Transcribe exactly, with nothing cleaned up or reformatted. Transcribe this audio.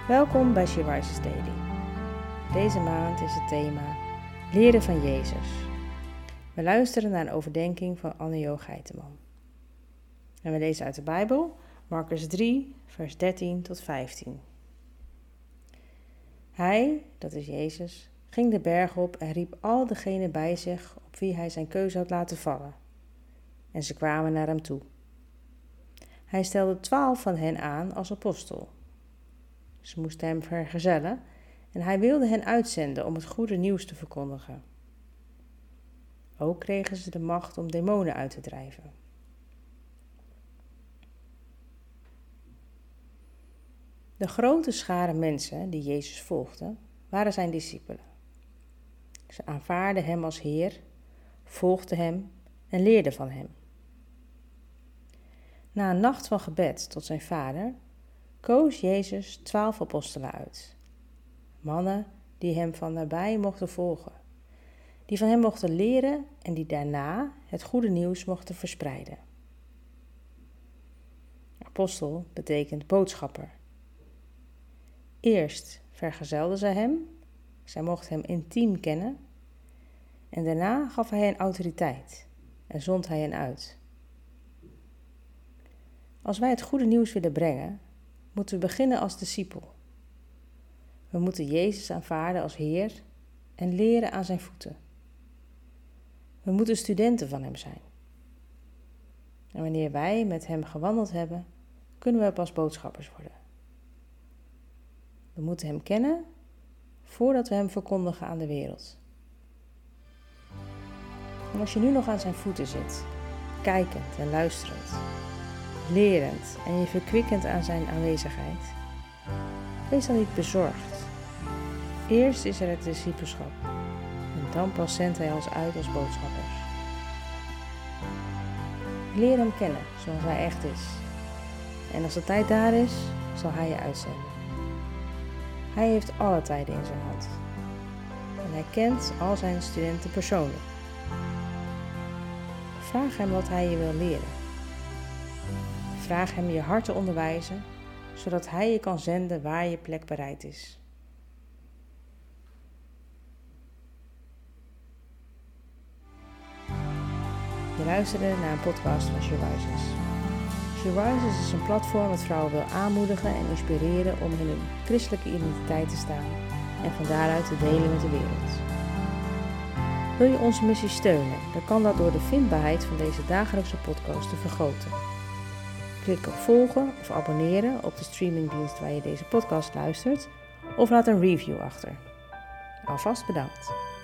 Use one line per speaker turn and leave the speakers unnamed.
Welkom bij She Rises Daily. Deze maand is het thema Leren van Jezus. We luisteren naar een overdenking van Anne-Jo Geiteman. En we lezen uit de Bijbel, Marcus drie, vers dertien tot vijftien. Hij, dat is Jezus, ging de berg op en riep al degenen bij zich op wie hij zijn keuze had laten vallen. En ze kwamen naar hem toe. Hij stelde twaalf van hen aan als apostel. Ze moesten hem vergezellen en hij wilde hen uitzenden om het goede nieuws te verkondigen. Ook kregen ze de macht om demonen uit te drijven. De grote schare mensen die Jezus volgden, waren zijn discipelen. Ze aanvaarden hem als Heer, volgden hem en leerden van hem. Na een nacht van gebed tot zijn Vader, koos Jezus twaalf apostelen uit. Mannen die hem van nabij mochten volgen, die van hem mochten leren en die daarna het goede nieuws mochten verspreiden. Apostel betekent boodschapper. Eerst vergezelden zij hem, zij mochten hem intiem kennen, en daarna gaf hij hen autoriteit en zond hij hen uit. Als wij het goede nieuws willen brengen, moeten we beginnen als discipel. We moeten Jezus aanvaarden als Heer en leren aan zijn voeten. We moeten studenten van hem zijn. En wanneer wij met hem gewandeld hebben, kunnen we pas boodschappers worden. We moeten hem kennen voordat we hem verkondigen aan de wereld. En als je nu nog aan zijn voeten zit, kijkend en luisterend, lerend en je verkwikkend aan zijn aanwezigheid, wees dan niet bezorgd. Eerst is er het discipelschap en dan pas zendt hij ons uit als boodschappers. Leer hem kennen zoals hij echt is. En als de tijd daar is, zal hij je uitzenden. Hij heeft alle tijden in zijn hand. En hij kent al zijn studenten persoonlijk. Vraag hem wat hij je wil leren. Vraag hem je hart te onderwijzen, zodat hij je kan zenden waar je plek bereid is. Je luisterde naar een podcast van She Rises. She Rises is een platform dat vrouwen wil aanmoedigen en inspireren om in hun christelijke identiteit te staan en van daaruit te delen met de wereld. Wil je onze missie steunen, dan kan dat door de vindbaarheid van deze dagelijkse podcast te vergroten. Klik op volgen of abonneren op de streamingdienst waar je deze podcast luistert of laat een review achter. Alvast bedankt.